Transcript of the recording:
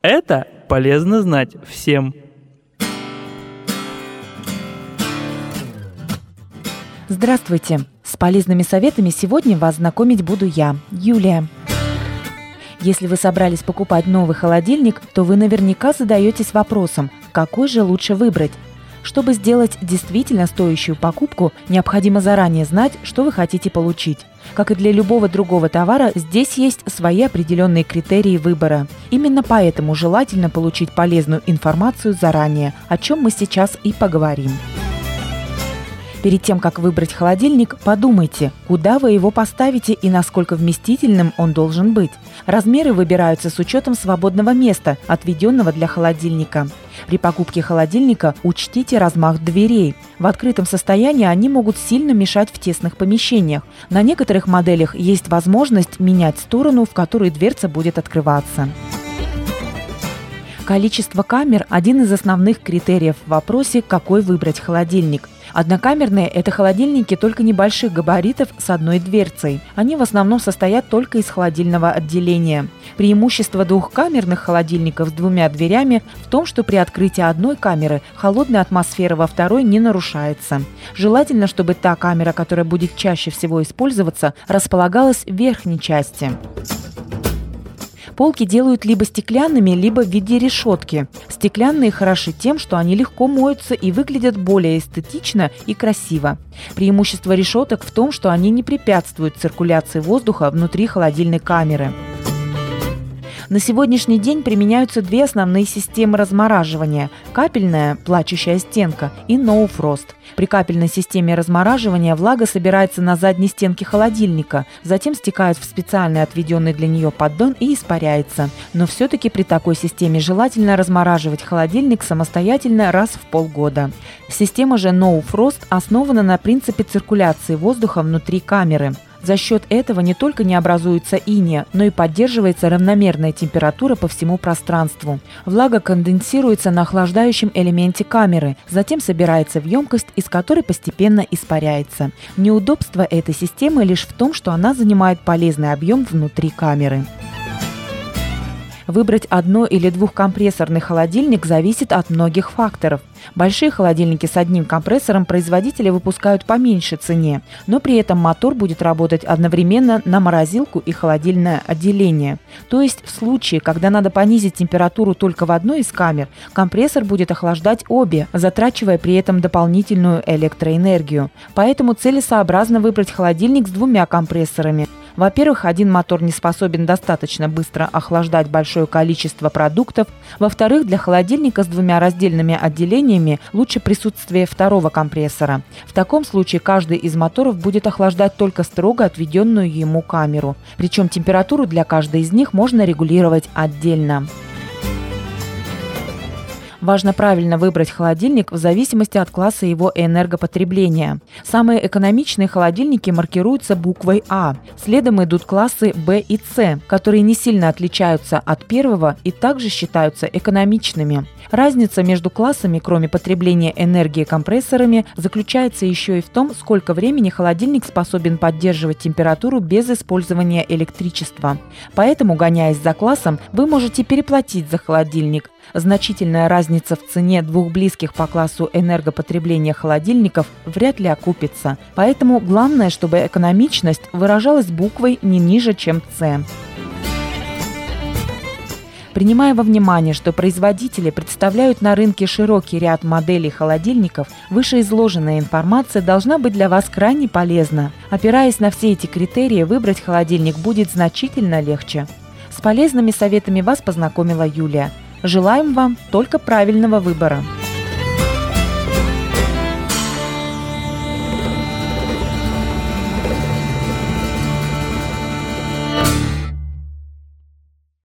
Это полезно знать всем. Здравствуйте! С полезными советами сегодня вас знакомить буду я, Юлия. Если вы собрались покупать новый холодильник, то вы наверняка задаетесь вопросом, какой же лучше выбрать. Чтобы сделать действительно стоящую покупку, необходимо заранее знать, что вы хотите получить. Как и для любого другого товара, здесь есть свои определенные критерии выбора. Именно поэтому желательно получить полезную информацию заранее, о чем мы сейчас и поговорим. Перед тем, как выбрать холодильник, подумайте, куда вы его поставите и насколько вместительным он должен быть. Размеры выбираются с учетом свободного места, отведенного для холодильника. При покупке холодильника учтите размах дверей. В открытом состоянии они могут сильно мешать в тесных помещениях. На некоторых моделях есть возможность менять сторону, в которой дверца будет открываться. Количество камер – один из основных критериев в вопросе, какой выбрать холодильник. Однокамерные – это холодильники только небольших габаритов с одной дверцей. Они в основном состоят только из холодильного отделения. Преимущество двухкамерных холодильников с двумя дверями в том, что при открытии одной камеры холодная атмосфера во второй не нарушается. Желательно, чтобы та камера, которая будет чаще всего использоваться, располагалась в верхней части. Полки делают либо стеклянными, либо в виде решетки. Стеклянные хороши тем, что они легко моются и выглядят более эстетично и красиво. Преимущество решеток в том, что они не препятствуют циркуляции воздуха внутри холодильной камеры. На сегодняшний день применяются две основные системы размораживания – капельная плачущая стенка и No Frost. При капельной системе размораживания влага собирается на задней стенке холодильника, затем стекает в специально отведенный для нее поддон и испаряется. Но все-таки при такой системе желательно размораживать холодильник самостоятельно раз в полгода. Система же No Frost основана на принципе циркуляции воздуха внутри камеры. За счет этого не только не образуется инея, но и поддерживается равномерная температура по всему пространству. Влага конденсируется на охлаждающем элементе камеры, затем собирается в емкость, из которой постепенно испаряется. Неудобство этой системы лишь в том, что она занимает полезный объем внутри камеры. Выбрать одно- или двухкомпрессорный холодильник зависит от многих факторов. Большие холодильники с одним компрессором производители выпускают по меньшей цене, но при этом мотор будет работать одновременно на морозилку и холодильное отделение. То есть в случае, когда надо понизить температуру только в одной из камер, компрессор будет охлаждать обе, затрачивая при этом дополнительную электроэнергию. Поэтому целесообразно выбрать холодильник с двумя компрессорами. Во-первых, один мотор не способен достаточно быстро охлаждать большое количество продуктов. Во-вторых, для холодильника с двумя раздельными отделениями лучше присутствие второго компрессора. В таком случае каждый из моторов будет охлаждать только строго отведенную ему камеру. Причем температуру для каждой из них можно регулировать отдельно. Важно правильно выбрать холодильник в зависимости от класса его энергопотребления. Самые экономичные холодильники маркируются буквой А. Следом идут классы Б и С, которые не сильно отличаются от первого и также считаются экономичными. Разница между классами, кроме потребления энергии компрессорами, заключается еще и в том, сколько времени холодильник способен поддерживать температуру без использования электричества. Поэтому, гоняясь за классом, вы можете переплатить за холодильник. Значительная разница в цене двух близких по классу энергопотребления холодильников вряд ли окупится. Поэтому главное, чтобы экономичность выражалась буквой не ниже, чем С. Принимая во внимание, что производители представляют на рынке широкий ряд моделей холодильников, вышеизложенная информация должна быть для вас крайне полезна. Опираясь на все эти критерии, выбрать холодильник будет значительно легче. С полезными советами вас познакомила Юлия. Желаем вам только правильного выбора.